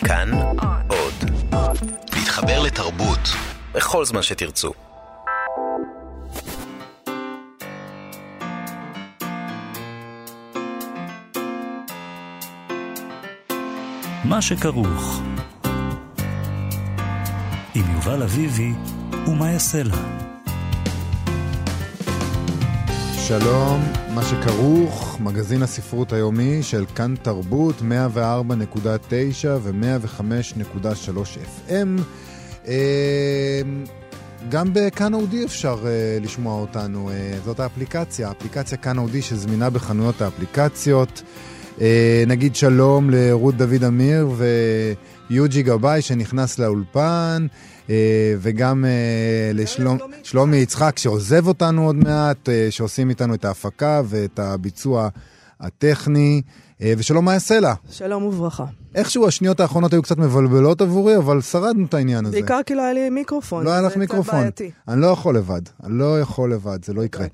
כאן עוד. להתחבר לתרבות בכל זמן שתרצו. מה שכרוך עם יובל אביבי ומה יעשה לה. שלום, מה שכרוך, מגזין הספרות היומי של כאן תרבות 104.9 ו-105.3 FM. גם בכאן אודי אפשר לשמוע אותנו, זאת האפליקציה, אפליקציה כאן אודי שזמינה בחנויות האפליקציות. נגיד שלום לרות דוד אמיר ויוג'י גבאי שנכנס לאולפן, וגם לשלומי יצחק שעוזב אותנו עוד מעט, שעושים איתנו את ההפקה ואת הביצוע הטכני, ושלום מה יעשה לה. שלום וברכה. איכשהו השניות האחרונות היו קצת מבלבלות עבורי, אבל שרדנו את העניין הזה. בעיקר כי לא היה לי מיקרופון. לא היה לך מיקרופון. אני לא יכול לבד, זה לא יקרה.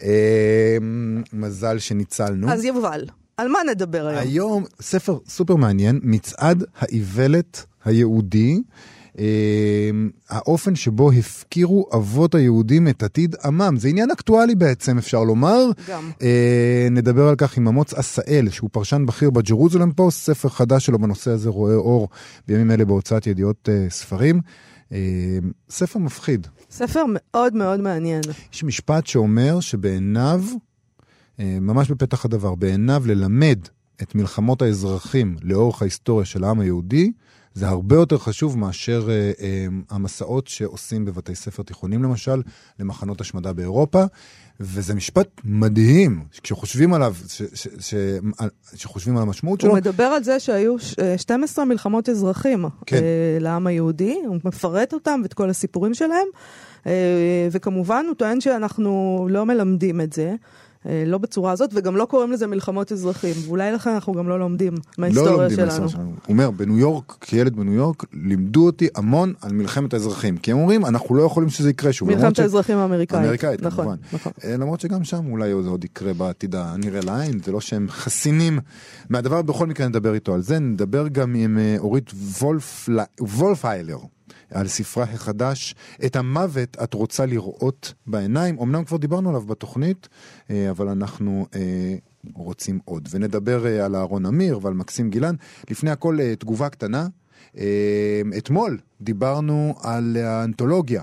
מזל שניצלנו. אז יובל, על מה נדבר היום? היום ספר סופר מעניין, מצעד האיוולת היהודי, האופן שבו הפקירו אבות היהודים את עתיד עמם. זה עניין אקטואלי בעצם, אפשר לומר. גם. נדבר על כך עם אמוץ עשאל, שהוא פרשן בכיר בג'רוזלם פוסט, ספר חדש שלו בנושא הזה רואה אור בימים אלה בהוצאת ידיעות ספרים. ספר מפחיד. ספר מאוד מאוד מעניין. יש משפט שאומר שבעיניו, ממש בפתח הדבר, בעיניו ללמד את מלחמות האזרחים לאורך ההיסטוריה של העם היהודי, זה הרבה יותר חשוב מאשר המסעות שעושים בבתי ספר תיכונים למשל, למחנות השמדה באירופה, וזה משפט מדהים, כשחושבים עליו, שחושבים על המשמעות שלו. הוא מדבר על זה שהיו 12 מלחמות אזרחים כן. לעם היהודי, הוא מפרט אותם ואת כל הסיפורים שלהם, וכמובן הוא טוען שאנחנו לא מלמדים את זה, לא בצורה הזאת, וגם לא קוראים לזה מלחמות אזרחים, ואולי לכן אנחנו גם לא לומדים מההיסטוריה שלנו. הוא אומר, בניו יורק, כילד בניו יורק, לימדו אותי המון על מלחמת האזרחים, כי הם אומרים, אנחנו לא יכולים שזה יקרה שוב. מלחמת האזרחים האמריקאית. האמריקאית, כמובן. למרות שגם שם אולי זה עוד יקרה בעתיד הנראה לעין, זה לא שהם חסינים מהדבר, בכל מקרה נדבר איתו על זה, נדבר גם עם אורית וולפיילר, על ספרה החדש, את המוות את רוצה לראות בעיניים. אמנם כבר דיברנו עליו בתוכנית, אבל אנחנו רוצים עוד. ונדבר על אהרון אמיר ועל מקסים גילן. לפני הכל תגובה קטנה. אתמול דיברנו על האנתולוגיה.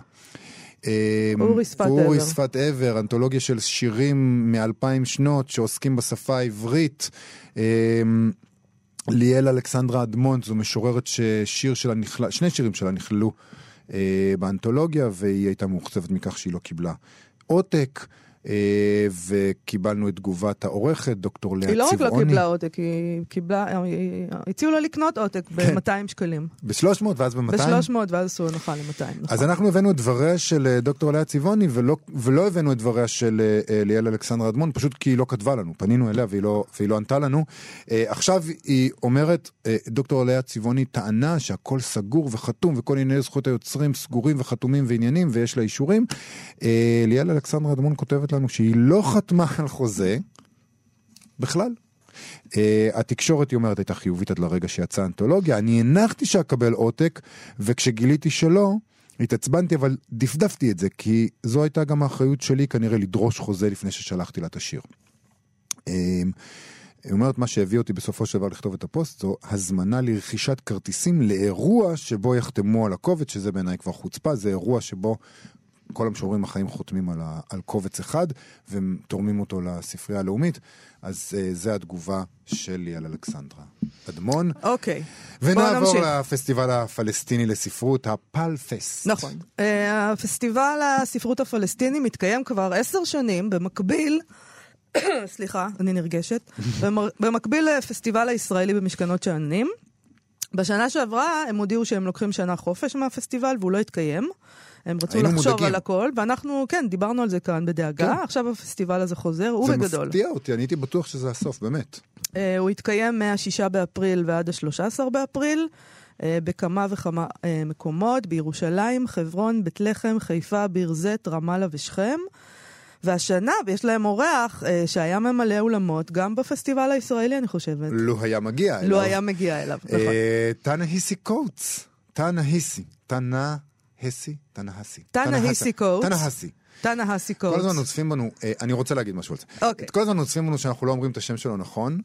אורי שפת עבר, אנתולוגיה של שירים מ-2000 שנות שעוסקים בשפה העברית. ליאל אלכסנדרה אדמון, זו משוררת ששיר שלה נכלל, שני שירים שלה נכללו באנתולוגיה, והיא הייתה מאוכזבת מכך שהיא לא קיבלה עותק, וקיבלנו את תגובת העורכת, דוקטור לאה צבעוני. היא לא רק לא קיבלה עותק, הציעו לה לקנות עותק ב-200 שקלים. ב-300 ואז ב-200? ב-300 ואז עשו הנחה ל-200. אז אנחנו הבאנו את דבריה של דוקטור לאה צבעוני, ולא הבאנו את דבריה של ליאל אלכסנדרה אדמון, פשוט כי היא לא כתבה לנו, פנינו אליה והיא לא ענתה לנו. עכשיו היא אומרת, דוקטור לאה צבעוני טענה שהכל סגור וחתום, וכל ענייני זכויות היוצרים סגורים וחתומים ועניינים, ויש לה אישורים. ליאל אלכסנדרה אדמון כותבת לנו שהיא לא חתמה על חוזה בכלל. התקשורת, היא אומרת, הייתה חיובית עד לרגע שיצאה אנתולוגיה. אני הנחתי שאקבל עותק, וכשגיליתי שלא, התעצבנתי, אבל דפדפתי את זה, כי זו הייתה גם האחריות שלי כנראה לדרוש חוזה לפני ששלחתי לה את השיר. היא אומרת, מה שהביא אותי בסופו של דבר לכתוב את הפוסט, זו הזמנה לרכישת כרטיסים לאירוע שבו יחתמו על הקובץ, שזה בעיניי כבר חוצפה, זה אירוע שבו כל המשוררים החיים חותמים על קובץ אחד, והם תורמים אותו לספרייה הלאומית. אז זה התגובה של ליאל אלכסנדרה אדמון. אוקיי. ונעבור לפסטיבל הפלסטיני לספרות, הפלפסט. נכון. הפסטיבל הספרות הפלסטיני מתקיים כבר 10 שנים, במקביל, סליחה, אני נרגשת, במקביל לפסטיבל הישראלי במשכנות שענים. בשנה שעברה הם הודיעו שהם לוקחים שנה חופש מהפסטיבל, והוא לא התקיים. הם רצו לחשוב מודגים על הכל, ואנחנו, כן, דיברנו על זה כאן בדאגה. כן. עכשיו הפסטיבל הזה חוזר, הוא בגדול. זה מפתיע אותי, אני הייתי בטוח שזה הסוף, באמת. הוא התקיים מה-6 באפריל ועד ה-13 באפריל, בכמה וכמה מקומות, בירושלים, חברון, בית לחם, חיפה, ביר זית, רמאללה ושכם. והשנה, ויש להם אורח שהיה ממלא אולמות, גם בפסטיבל הישראלי, אני חושבת. לא היה מגיע אליו. לא היה מגיע אליו, נכון. תנהיסי קוטס. תנהיסי קוטס. כל הזמן נוצפים בנו, אני רוצה להגיד משהו על זה. כל הזמן נוצפים בנו שאנחנו לא אומרים את השם שלו נכון,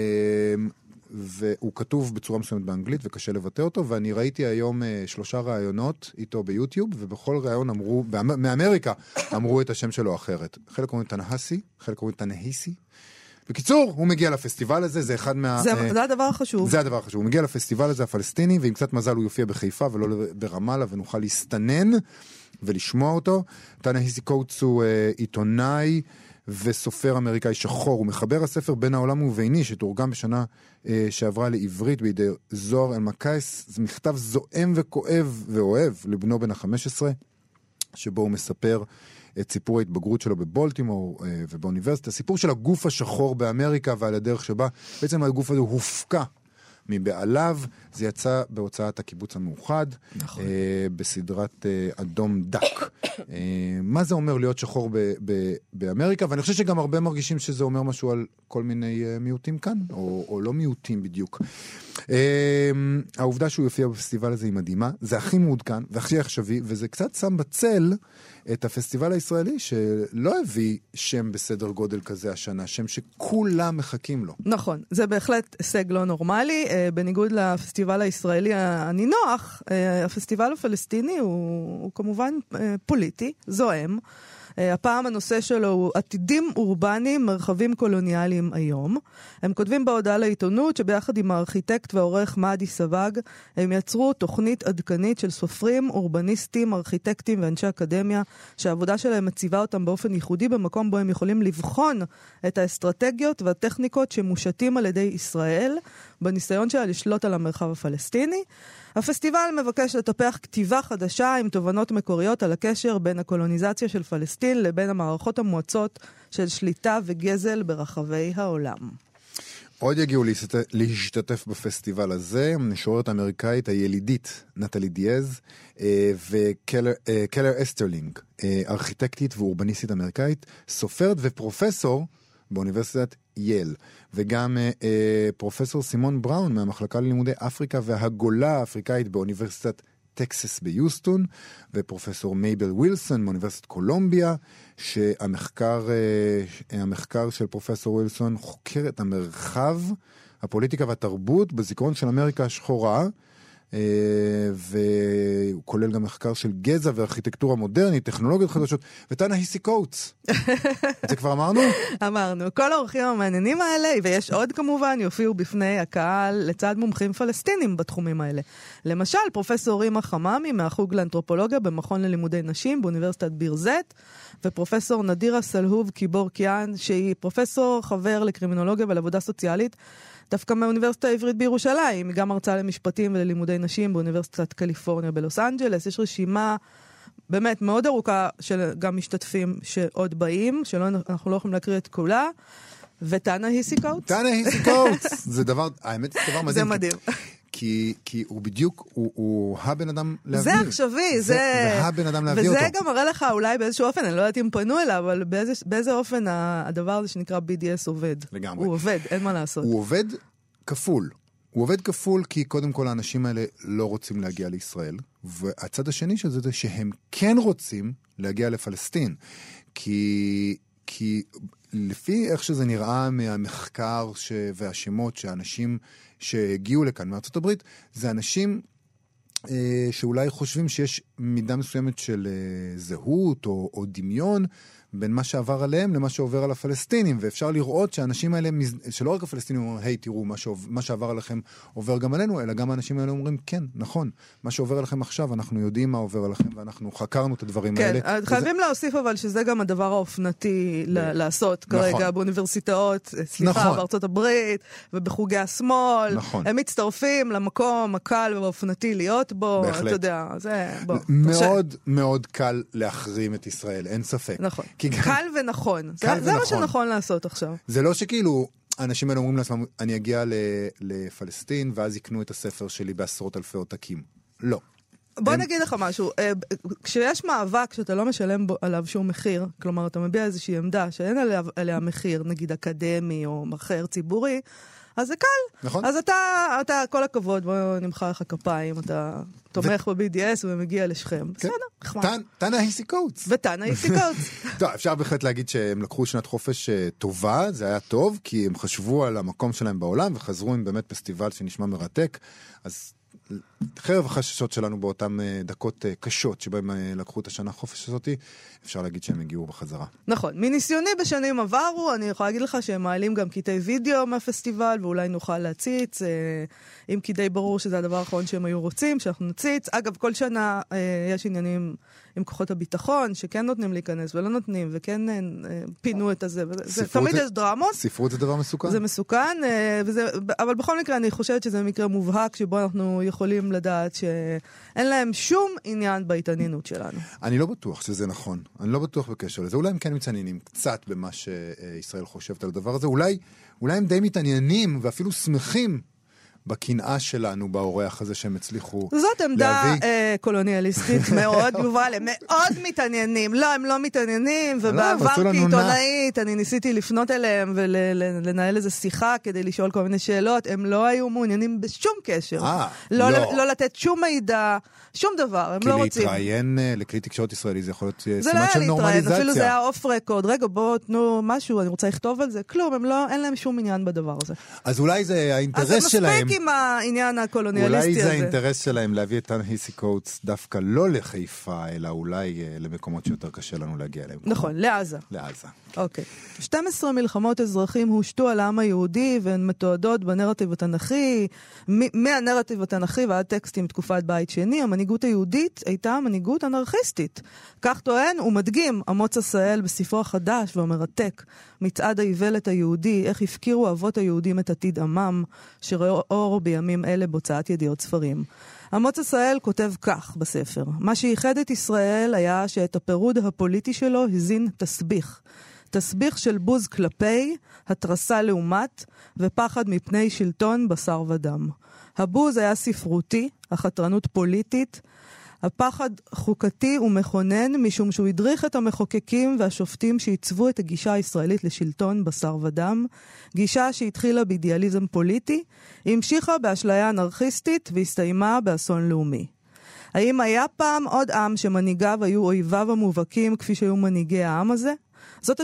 והוא כתוב בצורה מסוימת באנגלית וקשה לבטא אותו, ואני ראיתי היום 3 ראיונות איתו ביוטיוב, ובכל ראיון אמרו, מאמריקה אמרו את השם שלו אחרת. חלק אומרים תנהסי, חלק אומרים תנהיסי. בקיצור, הוא מגיע לפסטיבל הזה, זה אחד זה הדבר החשוב. זה הדבר החשוב. הוא מגיע לפסטיבל הזה הפלסטיני, ועם קצת מזל הוא יופיע בחיפה ולא ברמאללה, ונוכל להסתנן ולשמוע אותו. תנהיסי קוטס הוא עיתונאי וסופר אמריקאי שחור. הוא מחבר הספר בין העולם וביני, שתורגם בשנה שעברה לעברית בידי זוהר אלמקייס. זה מכתב זועם וכואב ואוהב לבנו בן ה-15, שבו הוא מספר את סיפור ההתבגרות שלו בבולטימור ובאוניברסיטה, סיפור של הגוף השחור באמריקה ועל הדרך שבה בעצם הגוף הזה הופקע מבעליו. זה יצא בהוצאת הקיבוץ המאוחד, נכון. בסדרת אדום דק. מה זה אומר להיות שחור באמריקה? ואני חושב שגם הרבה מרגישים שזה אומר משהו על כל מיני מיעוטים כאן, או לא מיעוטים בדיוק. העובדה שהוא יופיע בפסטיבל הזה היא מדהימה, זה הכי מעודכן והכי עכשווי, וזה קצת שם בצל את הפסטיבל הישראלי שלא הביא שם בסדר גודל כזה השנה, שם שכולם מחכים לו. נכון, זה בהחלט הישג לא נורמלי, בניגוד לפסטיבל הישראלי הנינוח, הפסטיבל הפלסטיני הוא כמובן פוליטי, זועם. הפעם הנושא שלו הוא עתידים אורבניים, מרחבים קולוניאליים היום. הם כותבים בהודעה לעיתונות שביחד עם הארכיטקט והעורך מאדי סבג, הם יצרו תוכנית עדכנית של סופרים, אורבניסטים, ארכיטקטים ואנשי אקדמיה, שהעבודה שלהם מציבה אותם באופן ייחודי במקום בו הם יכולים לבחון את האסטרטגיות והטכניקות שמושתים על ידי ישראל, בניסיון שלה לשלוט על המרחב הפלסטיני. הפסטיבל מבקש לטפח כתיבה חדשה עם תובנות מקוריות על הקשר בין הקולוניזציה של פלסטין לבין המערכות המועצות של שליטה וגזל ברחבי העולם. עוד יגיעו להשתתף בפסטיבל הזה, המשוררת האמריקאית הילידית נטלי דיאז וקלר אסטרלינג, ארכיטקטית ואורבניסטית אמריקאית, סופרת ופרופסור באוניברסיטת יל, וגם פרופסור סימון בראון מהמחלקה ללימודי אפריקה והגולה האפריקאית באוניברסיטת טקסס ביוסטון, ופרופסור מייבל ווילסון מאוניברסיטת קולומביה, שהמחקר של פרופסור ווילסון חוקר את המרחב, הפוליטיקה והתרבות בזיכרון של אמריקה השחורה, והוא כולל גם מחקר של גזע וארכיטקטורה מודרנית, טכנולוגיות חדשות, ותנהיסי קוטס. את זה כבר אמרנו? אמרנו. כל האורחים המעניינים האלה, ויש עוד כמובן, יופיעו בפני הקהל לצד מומחים פלסטינים בתחומים האלה. למשל, פרופסור רימה חממי מהחוג לאנתרופולוגיה במכון ללימודי נשים באוניברסיטת ביר זית, ופרופסור נדירה סלהוב קיבור קיאן, שהיא פרופסור חבר לקרימינולוגיה ולעבודה סוציאלית, דווקא מהאוניברסיטה העברית בירושלים, היא גם מרצה למשפטים וללימודי נשים באוניברסיטת קליפורניה בלוס אנג'לס. יש רשימה באמת מאוד ארוכה של גם משתתפים שעוד באים, שאנחנו לא יכולים להקריא את כולה, ותנהיסי קוטס. תנהיסי קוטס! זה דבר, האמת זה דבר מדהים. זה מדהים. כי הוא בדיוק, הוא הבן אדם להביא. זה עכשווי, זה הבן אדם להביא אותו. וזה גם מראה לך אולי באיזשהו אופן, אני לא יודעת אם פנו אליו, אבל באיזה אופן הדבר הזה שנקרא BDS עובד. לגמרי. הוא עובד, אין מה לעשות. הוא עובד כפול. הוא עובד כפול כי קודם כל האנשים האלה לא רוצים להגיע לישראל, והצד השני של זה שהם כן רוצים להגיע לפלסטין. כי לפי איך שזה נראה מהמחקר והשמות שהאנשים שהגיעו לכאן מארצות הברית, זה אנשים שאולי חושבים שיש מידה מסוימת של זהות או דמיון בין מה שעבר עליהם למה שעובר על הפלסטינים, ואפשר לראות שהאנשים האלה, שלא רק הפלסטינים אומרים, היי, תראו, מה שעבר עליכם עובר גם עלינו, אלא גם האנשים האלה אומרים, כן, נכון, מה שעובר עליכם עכשיו, אנחנו יודעים מה עובר עליכם, ואנחנו חקרנו את הדברים האלה. כן, חייבים להוסיף אבל שזה גם הדבר האופנתי לעשות כרגע באוניברסיטאות, סליחה, בארצות הברית, ובחוגי השמאל, הם מצטרפים למקום הקל והאופנתי להיות בו, אתה יודע, זה מאוד מאוד קל להחרים את ישראל, אין ספק. נכון. קל ונכון. זה מה שנכון לעשות עכשיו. זה לא שכאילו, אנשים האלה אומרים לעצמם, אני אגיע לפלסטין, ואז יקנו את הספר שלי בעשרות אלפי עותקים. לא. בוא נגיד לך משהו, כשיש מאבק שאתה לא משלם עליו שום מחיר, כלומר אתה מביע איזושהי עמדה שאין עליה מחיר, נגיד אקדמי או מחר ציבורי, אז זה קל. נכון. אז אתה כל הכבוד, בוא נמחא לך כפיים, אתה תומך ב-BDS ומגיע לשכם. בסדר, נחמד. טאנה היסי קוטס. וטאנה היסי קוטס. טוב, אפשר בהחלט להגיד שהם לקחו שנת חופש טובה, זה היה טוב, כי הם חשבו על המקום שלהם בעולם, וחזרו עם באמת פסטיבל שנשמע מרתק, אז חרב החששות שלנו באותן דקות קשות שבהם לקחו את השנה החופש הזאת, אפשר להגיד שהם הגיעו בחזרה. נכון. מניסיוני בשנים עברו, אני יכולה להגיד לך שהם מעלים גם קטעי וידאו מהפסטיבל, ואולי נוכל להציץ, אם כי די ברור שזה הדבר האחרון שהם היו רוצים, שאנחנו נציץ. אגב, כל שנה יש עניינים עם כוחות הביטחון, שכן נותנים להיכנס ולא נותנים, וכן פינו את הזה. תמיד יש דרמות. ספרות זה דבר מסוכן. זה מסוכן, אבל בכל מקרה אני חושבת שזה מקרה מובהק, שבו אנחנו יכולים לדעת שאין להם שום עניין בהתעניינות שלנו. אני לא בטוח שזה נכון. אני לא בטוח בקשר לזה. אולי הם כן מתעניינים קצת במה שישראל חושבת על הדבר הזה. אולי הם די מתעניינים ואפילו שמחים בקנאה שלנו, באורח הזה שהם הצליחו להביא. זאת עמדה קולוניאליסטית מאוד, יובל, הם מאוד מתעניינים. לא, הם לא מתעניינים, ובעבר כעיתונאית, אני ניסיתי לפנות אליהם ולנהל איזו שיחה כדי לשאול כל מיני שאלות, הם לא היו מעוניינים בשום קשר. לא לתת שום מידע, שום דבר, הם לא רוצים. כי להתראיין לכלי תקשורת ישראלי, זה יכול להיות סימן של נורמליזציה. אפילו זה היה אוף רקורד, רגע בואו תנו משהו, אני רוצה לכתוב על זה, כלום, אין להם שום עניין בדבר הזה. אז אולי זה האינטרס שלהם. עם העניין הקולוניאליסטי הזה. אולי זה האינטרס שלהם להביא את טאנה היסי קוטס דווקא לא לחיפה, אלא אולי למקומות שיותר קשה לנו להגיע אליהם. נכון, לעזה. לעזה. אוקיי. 12 מלחמות אזרחים הושתו על העם היהודי, והן מתועדות בנרטיב התנ"כי, מהנרטיב התנ"כי ועד טקסטים תקופת בית שני, המנהיגות היהודית הייתה מנהיגות אנרכיסטית. כך טוען ומדגים אמוץ עשהאל בספרו החדש והמרתק, מצעד האיוולת היהודי, איך הפקירו אבות היהודים את עתיד עמם, שראו אור בימים אלה בהוצאת ידיעות ספרים. אמוץ עשהאל כותב כך בספר: מה שייחד את ישראל היה שאת הפירוד הפוליטי שלו הזין תסביך של בוז כלפי, התרסה לעומת, ופחד מפני שלטון בשר ודם. הבוז היה ספרותי, החתרנות פוליטית, הפחד חוקתי ומכונן, משום שהוא הדריך את המחוקקים והשופטים שעיצבו את הגישה הישראלית לשלטון בשר ודם, גישה שהתחילה באידיאליזם פוליטי, המשיכה באשליה אנרכיסטית והסתיימה באסון לאומי. האם היה פעם עוד עם שמנהיגיו היו אויביו המובהקים כפי שהיו מנהיגי העם הזה? זאת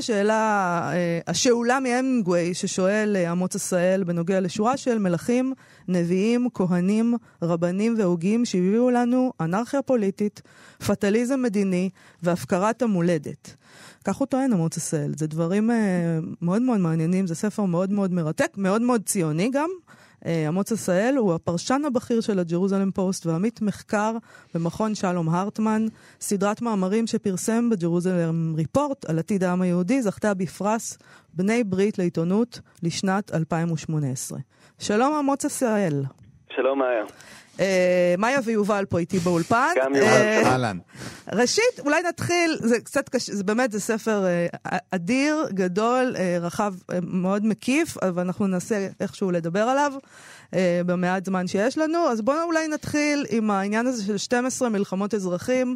השאלה מהמינגווי ששואל אמוץ עשהאל בנוגע לשורה של מלכים, נביאים, כהנים, רבנים והוגים שהביאו לנו אנרכיה פוליטית, פטליזם מדיני והפקרת המולדת. כך הוא טוען אמוץ עשהאל. זה דברים מאוד מאוד מעניינים, זה ספר מאוד מאוד מרתק, מאוד מאוד ציוני גם. אמוץ עשהאל הוא הפרשן הבכיר של הג'רוזלם פוסט ועמית מחקר במכון שלום הרטמן. סדרת מאמרים שפרסם בג'רוזלם ריפורט על עתיד העם היהודי זכתה בפרס בני ברית לעיתונות לשנת 2018. שלום אמוץ עשהאל. שלום מאיה. מאיה ויובל פה איתי באולפן. גם יובל. אהלן. ראשית, אולי נתחיל, זה קצת קשה, זה באמת, זה ספר אדיר, גדול, רחב, מאוד מקיף, אבל אנחנו ננסה איכשהו לדבר עליו במעט זמן שיש לנו. אז בואו אולי נתחיל עם העניין הזה של 12 מלחמות אזרחים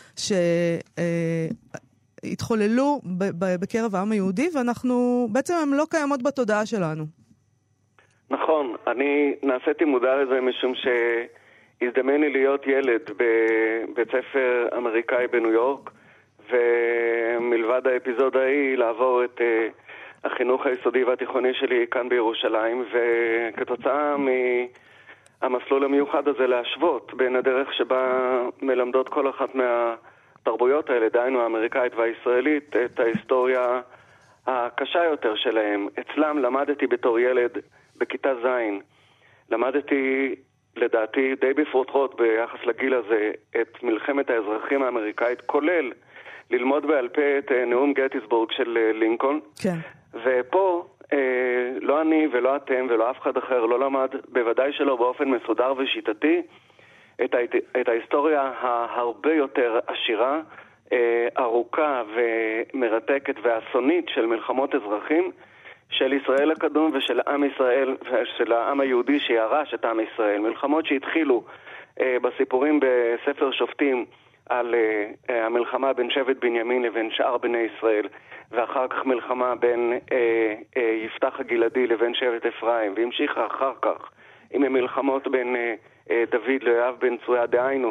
שהתחוללו בקרב העם היהודי, ואנחנו, בעצם הן לא קיימות בתודעה שלנו. נכון, אני נעשיתי מודע לזה משום שהזדמן לי להיות ילד בבית ספר אמריקאי בניו יורק, ומלבד האפיזודה ההיא לעבור את החינוך היסודי והתיכוני שלי כאן בירושלים, וכתוצאה מהמסלול המיוחד הזה להשוות בין הדרך שבה מלמדות כל אחת מהתרבויות האלה, דהיינו האמריקאית והישראלית, את ההיסטוריה הקשה יותר שלהם. אצלם למדתי בתור ילד בכיתה זין. למדתי, לדעתי, די בפרוטרוט ביחס לגיל הזה, את מלחמת האזרחים האמריקאית, כולל ללמוד בעל פה את נאום גטיסבורג של לינקולן. כן. ופה, לא אני ולא אתם ולא אף אחד אחר לא למד, בוודאי שלא באופן מסודר ושיטתי, את ההיסטוריה ההרבה יותר עשירה, ארוכה ומרתקת ואסונית של מלחמות אזרחים, של ישראל הקדום ושל עם ישראל ושל העם היהודי שירש את עם ישראל. מלחמות שהתחילו בסיפורים בספר שופטים על המלחמה בין שבט בנימין לבין שאר בני ישראל, ואחר כך מלחמה בין יפתח הגלעדי לבין שבט אפרים, והמשיכה אחר כך עם המלחמות בין דוד ליואב בן צרויה,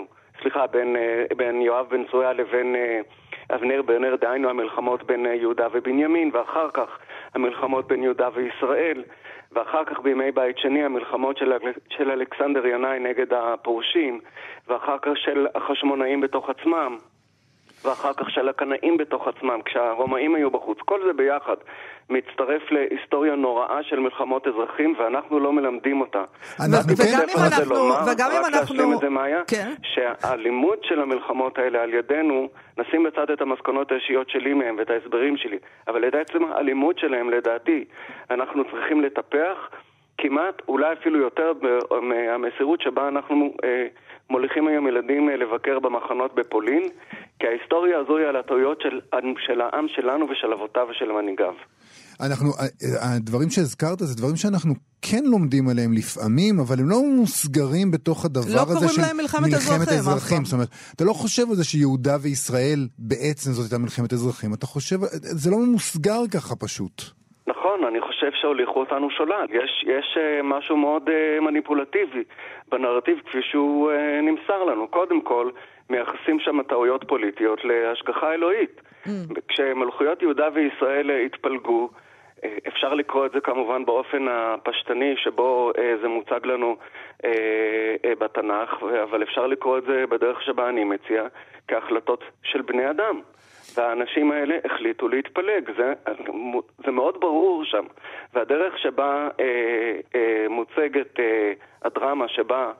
בין יואב בן צרויה לבין אבנר בן נר, דהיינו המלחמות בין יהודה ובנימין, ואחר כך המלחמות בין יהודה וישראל, ואחר כך בימי בית שני המלחמות של אלכסנדר ינאי נגד הפורשים, ואחר כך של החשמונאים בתוך עצמם, ואחר כך של הקנאים בתוך עצמם, כשהרומאים היו בחוץ. כל זה ביחד מצטרף להיסטוריה נוראה של מלחמות אזרחים, ואנחנו לא מלמדים אותה. וגם אם אנחנו... שהלימוד של המלחמות האלה על ידינו, נשים בצד את המסקנות האישיות שלי מהם ואת ההסברים שלי, אבל בעצם הלימוד שלהם, לדעתי, אנחנו צריכים לטפח כמעט, אולי אפילו יותר מהמסירות שבה אנחנו מוליכים היום ילדים לבקר במחנות בפולין, כי ההיסטוריה הזו היא על הטעויות של העם שלנו ושל אבותיו ושל מנהיגיו. הדברים שהזכרת זה דברים שאנחנו כן לומדים עליהם לפעמים, אבל הם לא מוסגרים בתוך הדבר הזה של מלחמת אזרחים. זאת אומרת, אתה לא חושב על זה שיהודה וישראל בעצם זאת הייתה מלחמת אזרחים, אתה חושב, זה לא מוסגר ככה פשוט. נכון, אני חושב שהוליכו אותנו שולל. יש משהו מאוד מניפולטיבי בנרטיב כפי שהוא נמסר לנו. קודם כל, מייחסים שם טעויות פוליטיות להשגחה אלוהית. כשמלכויות יהודה וישראל התפלגו, אפשר לקרוא את זה כמובן באופן הפשטני שבו זה מוצג לנו בתנ"ך, אבל אפשר לקרוא את זה בדרך שבה אני מציע כהחלטות של בני אדם. והאנשים האלה החליטו להתפלג. זה מאוד ברור שם. והדרך שבה מוצגת הדרמה שבה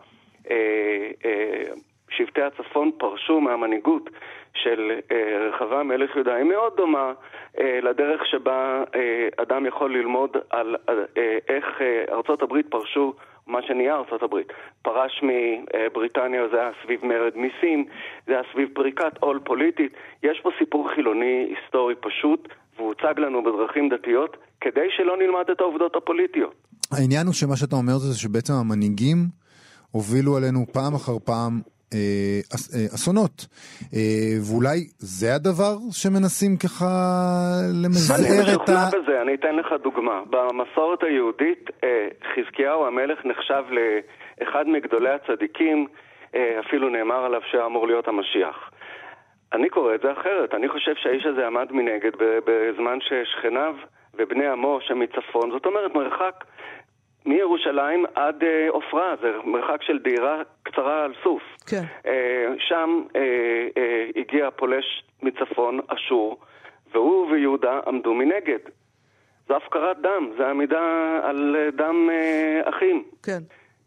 שבטי הצפון פרשו מהמנהיגות של רחבעם מלך יהודה היא מאוד דומה לדרך שבה אדם יכול ללמוד על איך ארצות הברית פרשו, מה שנהיה ארצות הברית. פרש מבריטניה, זה היה סביב מרד מיסים, זה היה סביב פריקת עול פוליטית. יש פה סיפור חילוני היסטורי פשוט, והוא הוצג לנו בדרכים דתיות, כדי שלא נלמד את העובדות הפוליטיות. העניין הוא שמה שאתה אומר זה שבעצם המנהיגים הובילו עלינו פעם אחר פעם אסונות, ואולי זה הדבר שמנסים ככה למזער את בזה. אני אתן לך דוגמה. במסורת היהודית חזקיהו המלך נחשב לאחד מגדולי הצדיקים, אפילו נאמר עליו שאמור להיות המשיח. אני קורא את זה אחרת. אני חושב שהאיש הזה עמד מנגד בזמן ששכניו ובני עמו שמצפון, זאת אומרת מרחק מירושלים עד אופרה, זה מרחק של דירה קצרה על סוף. כן. שם הגיע פולש מצפון, אשור, והוא ויהודה עמדו מנגד. זו הפקרת דם, זה עמידה על דם אחים. כן.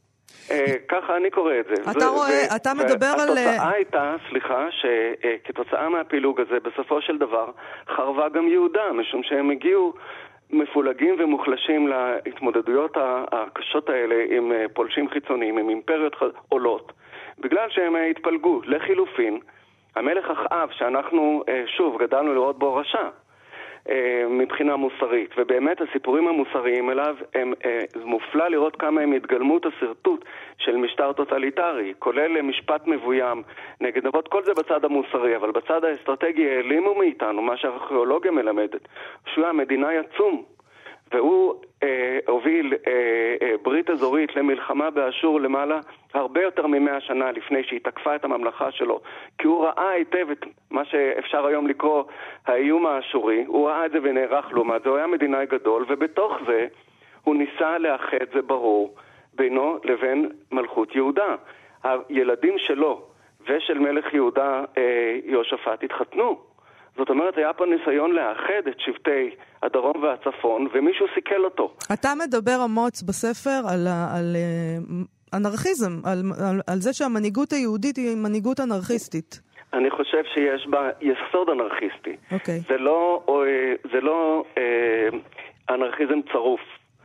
ככה אני קורא את זה. אתה רואה, אתה מדבר על... התוצאה הייתה, שכתוצאה מהפילוג הזה, בסופו של דבר, חרבה גם יהודה, משום שהם הגיעו מפולגים ומוחלשים להתמודדויות הקשות האלה עם פולשים חיצוניים, עם אימפריות עולות, בגלל שהם התפלגו. לחילופין, המלך אחאב, שאנחנו שוב גדלנו לראות בו רשע מבחינה מוסרית, ובאמת הסיפורים המוסריים אליו הם מופלא לראות כמה הם התגלמות הסרטוט של משטר טוטליטרי, כולל משפט מבוים נגד נבות. כל זה בצד המוסרי, אבל בצד האסטרטגי העלימו מאיתנו מה שהארכיאולוגיה מלמדת, שהוא המדינה יצום, והוא הוביל ברית אזורית למלחמה באשור למעלה הרבה יותר מ100 שנה לפני שהיא תקפה את הממלכה שלו, כי הוא ראה היטב את מה שאפשר היום לקרוא האיום האשורי, הוא ראה את זה ונערך לעומת זה, הוא היה מדינאי גדול, ובתוך זה הוא ניסה לאחד, זה ברור, בינו לבין מלכות יהודה. הילדים שלו ושל מלך יהודה יהושפט התחתנו. זאת אומרת, היה פה ניסיון לאחד את שבטי הדרום והצפון, ומישהו סיכל אותו. אתה מדבר אמוץ בספר על אנרכיזם, על זה שהמנהיגות היהודית היא מנהיגות אנרכיסטית. אני חושב שיש בה יסוד אנרכיסטי. אוקיי. זה לא אנרכיזם צרוף.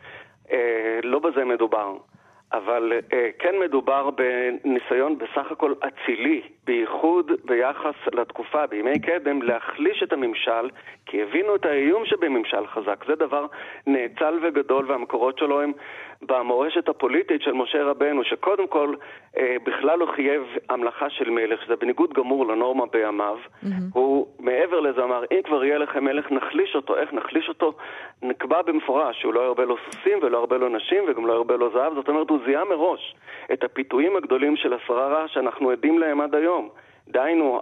לא בזה מדובר. אבל כן מדובר בניסיון בסך הכל אצילי, בייחוד ביחס לתקופה, בימי קדם, להחליש את הממשל, כי הבינו את האיום שבממשל חזק. זה דבר נאצל וגדול, והמקורות שלו הם במורשת הפוליטית של משה רבנו, שקודם כל בכלל לא חייב המלכה של מלך, שזה בניגוד גמור לנורמה בימיו. הוא מעבר לזה אמר, אם כבר יהיה לכם מלך, נחליש אותו. איך נחליש אותו? נקבע במפורש שהוא לא ירבה לו סוסים ולא ירבה לו נשים וגם לא ירבה לו זהב. זאת אומרת, הוא זיהה מראש את הפיתויים הגדולים של השררה שאנחנו עדים להם עד היום. דיינו,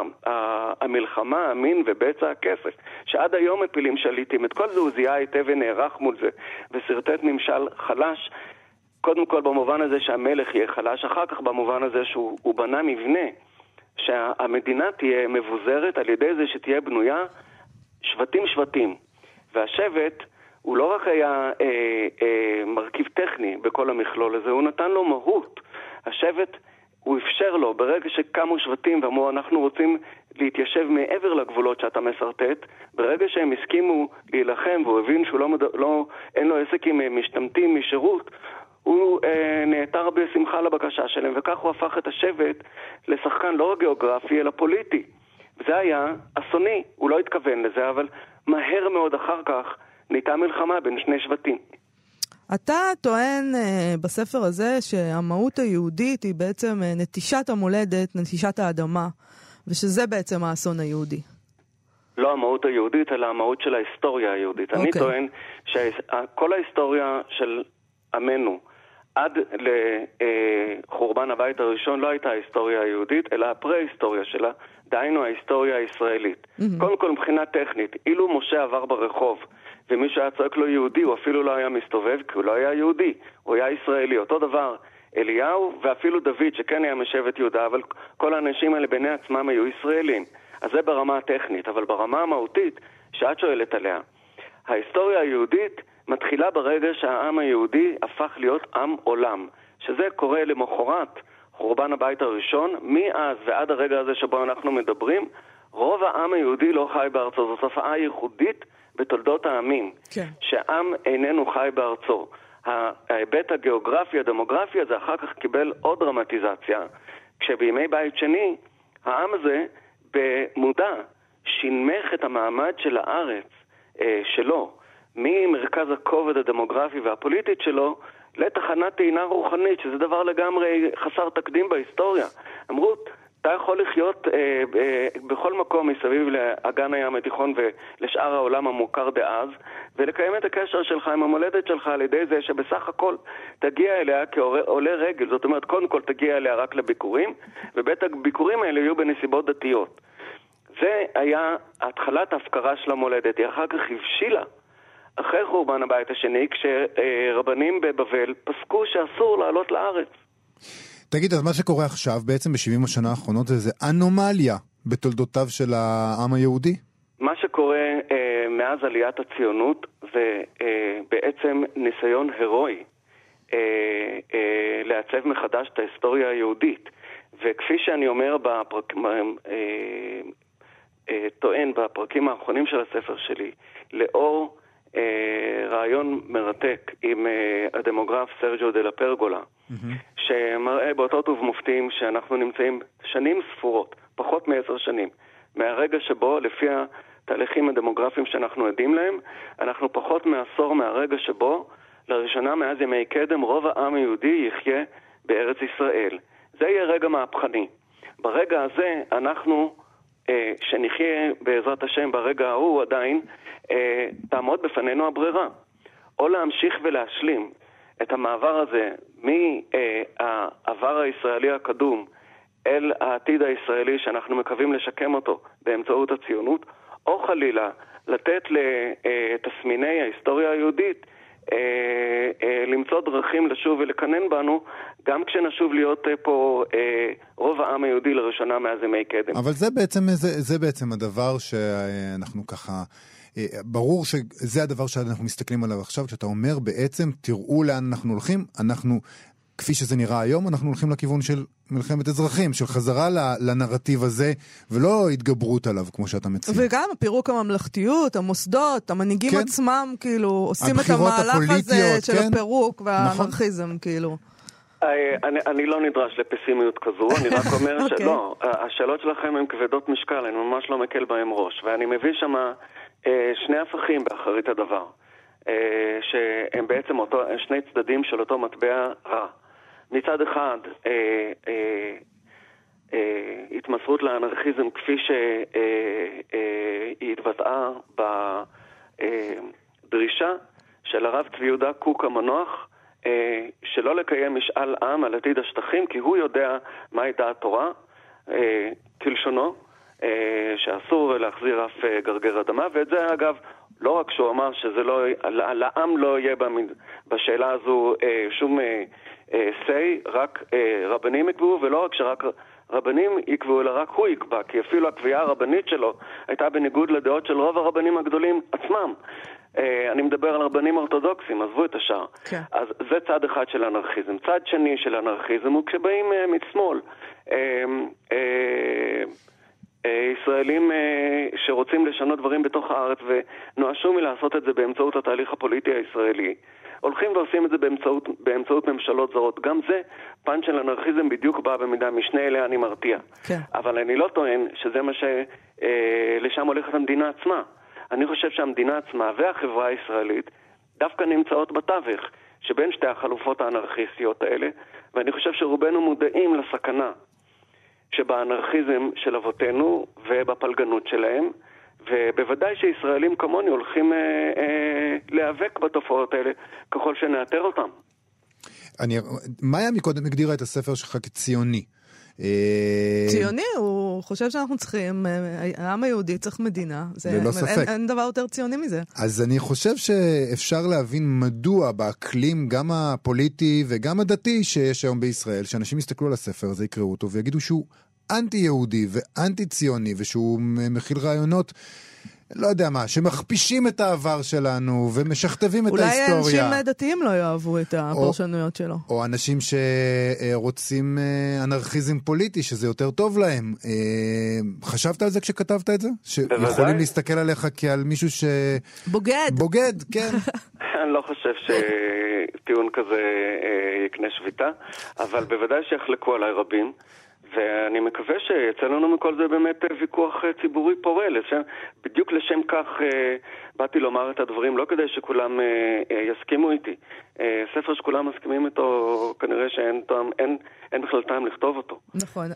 המלחמה, המין ובצע הכסף, שעד היום מפילים שליטים. את כל זה הוא זיהה היטב ונערך מול זה, וסרטט ממשל חלש, קודם כל במובן הזה שהמלך יהיה חלש, אחר כך במובן הזה שהוא בנה מבנה, שהמדינה תהיה מבוזרת על ידי זה שתהיה בנויה שבטים. והשבט הוא לא רק היה מרכיב טכני בכל המכלול הזה, הוא נתן לו מהות. השבט הוא אפשר לו, ברגע שקמו שבטים ואמרו, אנחנו רוצים להתיישב מעבר לגבולות שאתה מסרטט, ברגע שהם הסכימו להילחם, והוא הבין שהוא אין לו עסק עם משתמטים משירות, הוא נעתר בשמחה לבקשה שלהם, וכך הוא הפך את השבט לשחקן לא רק גיאוגרפי, אלא פוליטי. וזה היה אסוני, הוא לא התכוון לזה, אבל מהר מאוד אחר כך נהייתה מלחמה בין שני שבטים. אתה טוען בספר הזה שהמהות היהודית היא בעצם נטישת המולדת, נטישת האדמה, ושזה בעצם האסון היהודי. לא המהות היהודית, אלא המהות של ההיסטוריה היהודית. אני טוען שכל ההיסטוריה של עמנו עד לחורבן הבית הראשון לא הייתה ההיסטוריה היהודית, אלא הפרה-היסטוריה שלה, דהיינו ההיסטוריה הישראלית. קודם כל מבחינה טכנית, אילו משה עבר ברחוב ומי שהיה צועק לו יהודי, הוא אפילו לא היה מסתובב, כי הוא לא היה יהודי, הוא היה ישראלי. אותו דבר אליהו ואפילו דוד, שכן היה משבט יהודה, אבל כל האנשים האלה ביני עצמם היו ישראלים. אז זה ברמה הטכנית, אבל ברמה המהותית שאת שואלת עליה, ההיסטוריה היהודית מתחילה ברגע שהעם היהודי הפך להיות עם עולם, שזה קורה למחרת חורבן הבית הראשון. מאז ועד הרגע הזה שבו אנחנו מדברים, רוב העם היהודי לא חי בארצו. זו תופעה ייחודית בתולדות העמים, כן. שעם איננו חי בארצו. ההיבט הגיאוגרפי, הדמוגרפי הזה אחר כך קיבל עוד דרמטיזציה, כשבימי בית שני העם הזה במודע שינמך את המעמד של הארץ שלו ממרכז הכובד הדמוגרפי והפוליטית שלו לתחנת טעינה רוחנית, שזה דבר לגמרי חסר תקדים בהיסטוריה. אמרו, אתה יכול לחיות בכל מקום מסביב לאגן הים התיכון ולשאר העולם המוכר דאז, ולקיים את הקשר שלך עם המולדת שלך על ידי זה שבסך הכל תגיע אליה כעולה רגל. זאת אומרת, קודם כל תגיע אליה רק לביקורים, ובית הביקורים האלה יהיו בנסיבות דתיות. זה היה התחלת ההפקרה של המולדת. היא אחר כך הבשילה אחרי חורבן הבית השני, כשרבנים בבבל פסקו שאסור לעלות לארץ. תגיד, אז מה שקורה עכשיו בעצם ב-70 השנה האחרונות זה אנומליה בתולדותיו של העם היהודי? מה שקורה מאז עליית הציונות זה בעצם ניסיון הרואי לעצב מחדש את ההיסטוריה היהודית. וכפי שאני אומר טוען בפרקים האחרונים של הספר שלי, לאור רעיון מרתק עם הדמוגרף סרג'ו דה לה פרגולה, שמראה באותות ובמופתים שאנחנו נמצאים שנים ספורות, פחות מ10 שנים, מהרגע שבו, לפי התהליכים הדמוגרפיים שאנחנו עדים להם, אנחנו פחות מעשור מהרגע שבו, לראשונה מאז ימי קדם, רוב העם היהודי יחיה בארץ ישראל. זה יהיה רגע מהפכני. ברגע הזה אנחנו, שנחיה בעזרת השם ברגע ההוא עדיין, תעמוד בפנינו הברירה. או להמשיך ולהשלים את המעבר הזה מהעבר הישראלי הקדום אל העתיד הישראלי שאנחנו מקווים לשקם אותו באמצעות הציונות, או חלילה לתת לתסמיני ההיסטוריה היהודית למצוא דרכים לשוב ולקנן בנו, גם כשנשוב להיות פה רוב העם היהודי לראשונה מאז ימי קדם. אבל זה בעצם הדבר שאנחנו ככה, ברור שזה הדבר שאנחנו מסתכלים עליו עכשיו, כשאתה אומר בעצם, תראו לאן אנחנו הולכים, אנחנו, כפי שזה נראה היום, אנחנו הולכים לכיוון של מלחמת אזרחים, של חזרה לנרטיב הזה, ולא התגברות עליו, כמו שאתה מציע. וגם פירוק הממלכתיות, המוסדות, המנהיגים עצמם, כאילו, עושים את המהלך הזה של הפירוק והאנרכיזם, כאילו. אני לא נדרש לפסימיות כזו, אני רק אומר שלא, השאלות שלכם הן כבדות משקל, אני ממש לא מקל בהם ראש, ואני מביא שם שני הפכים באחרית הדבר. שהם בעצם שני צדדים של אותו מטבע רע. מצד אחד, התמסרות לאנרכיזם כפי שהיא התבטאה בדרישה של הרב צבי יהודה קוק המנוח, שלא לקיים משאל עם על עתיד השטחים, כי הוא יודע מהי דעת תורה, כלשונו, שאסור להחזיר אף גרגר אדמה, ואת זה אגב, לא רק שהוא אמר שזה לא, לעם לא יהיה בשאלה הזו שום say, רק רבנים יקבעו, ולא רק שרק רבנים יקבעו, אלא רק הוא יקבע, כי אפילו הקביעה הרבנית שלו הייתה בניגוד לדעות של רוב הרבנים הגדולים עצמם. אני מדבר על רבנים אורתודוקסים, עזבו את השאר. כן. אז זה צד אחד של אנרכיזם. צד שני של אנרכיזם הוא כשבאים מצמאל. ישראלים שרוצים לשנות דברים בתוך הארץ ונואשו מלעשות את זה באמצעות התהליך הפוליטי הישראלי, הולכים ועושים את זה באמצעות ממשלות זרות. גם זה פן של אנרכיזם בדיוק בא במידה משנה אליה אני מרתיע. כן. אבל אני לא טוען שזה מה שלשם הולכת המדינה עצמה. אני חושב שהמדינה עצמה והחברה הישראלית דווקא נמצאות בתווך שבין שתי החלופות האנרכיסטיות האלה, ואני חושב שרובנו מודעים לסכנה שבאנרכיזם של אבותינו ובפלגנות שלהם, ובוודאי שישראלים כמוני הולכים להיאבק בתופעות האלה ככל שנאתר אותם. מאיה מקודם הגדירה את הספר שלך כציוני. ציוני, הוא חושב שאנחנו צריכים, העם היהודי צריך מדינה. ללא ספק. אין דבר יותר ציוני מזה. אז אני חושב שאפשר להבין מדוע באקלים גם הפוליטי וגם הדתי שיש היום בישראל, שאנשים יסתכלו על הספר הזה, יקראו אותו ויגידו שהוא אנטי-יהודי ואנטי-ציוני, ושהוא מכיל רעיונות, לא יודע מה, שמכפישים את העבר שלנו ומשכתבים את ההיסטוריה. אולי אנשים דתיים לא יאהבו את הפרשנויות שלו. או אנשים שרוצים אנרכיזם פוליטי, שזה יותר טוב להם. חשבת על זה כשכתבת את זה? שיכולים להסתכל עליך כעל מישהו ש... בוגד. בוגד, כן. אני לא חושב שטיעון כזה יקנה שביתה, אבל בוודאי שיחלקו עליי רבים. ואני מקווה שיצא לנו מכל זה באמת ויכוח ציבורי פורה, בדיוק לשם כך באתי לומר את הדברים, לא כדי שכולם יסכימו איתי. ספר שכולם מסכימים איתו, כנראה שאין בכלל טעם לכתוב אותו. נכון.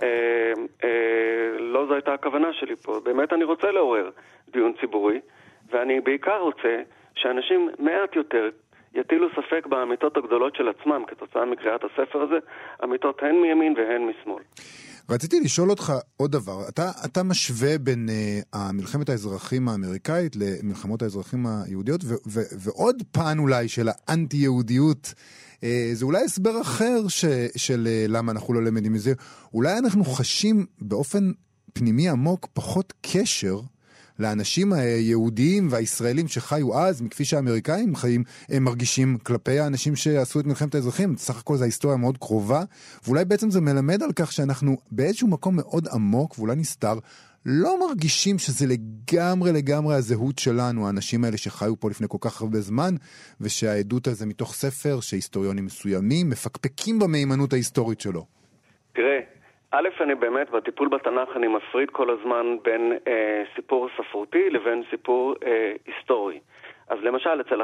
לא זו הייתה הכוונה שלי פה. באמת אני רוצה לעורר דיון ציבורי, ואני בעיקר רוצה שאנשים מעט יותר יטילו ספק באמיתות הגדולות של עצמם כתוצאה מקריאת הספר הזה, אמיתות הן מימין והן משמאל. רציתי לשאול אותך עוד דבר. אתה משווה בין מלחמת האזרחים האמריקאית למלחמות האזרחים היהודיות, ועוד פן אולי של האנטי-יהודיות, זה אולי הסבר אחר של למה אנחנו לא למדים מזה. אולי אנחנו חשים באופן פנימי עמוק פחות קשר לאנשים היהודיים והישראלים שחיו אז, מכפי שהאמריקאים חיים, הם מרגישים כלפי האנשים שעשו את מלחמת האזרחים. סך הכל זו ההיסטוריה מאוד קרובה, ואולי בעצם זה מלמד על כך שאנחנו באיזשהו מקום מאוד עמוק, ואולי נסתר, לא מרגישים שזה לגמרי הזהות שלנו, האנשים האלה שחיו פה לפני כל כך הרבה זמן, ושהעדות הזה מתוך ספר שהיסטוריונים מסוימים מפקפקים במהימנות ההיסטורית שלו. תראה, א', אני באמת, בטיפול בתנ"ך אני מפריד כל הזמן בין סיפור ספרותי לבין סיפור היסטורי. אז למשל, אצל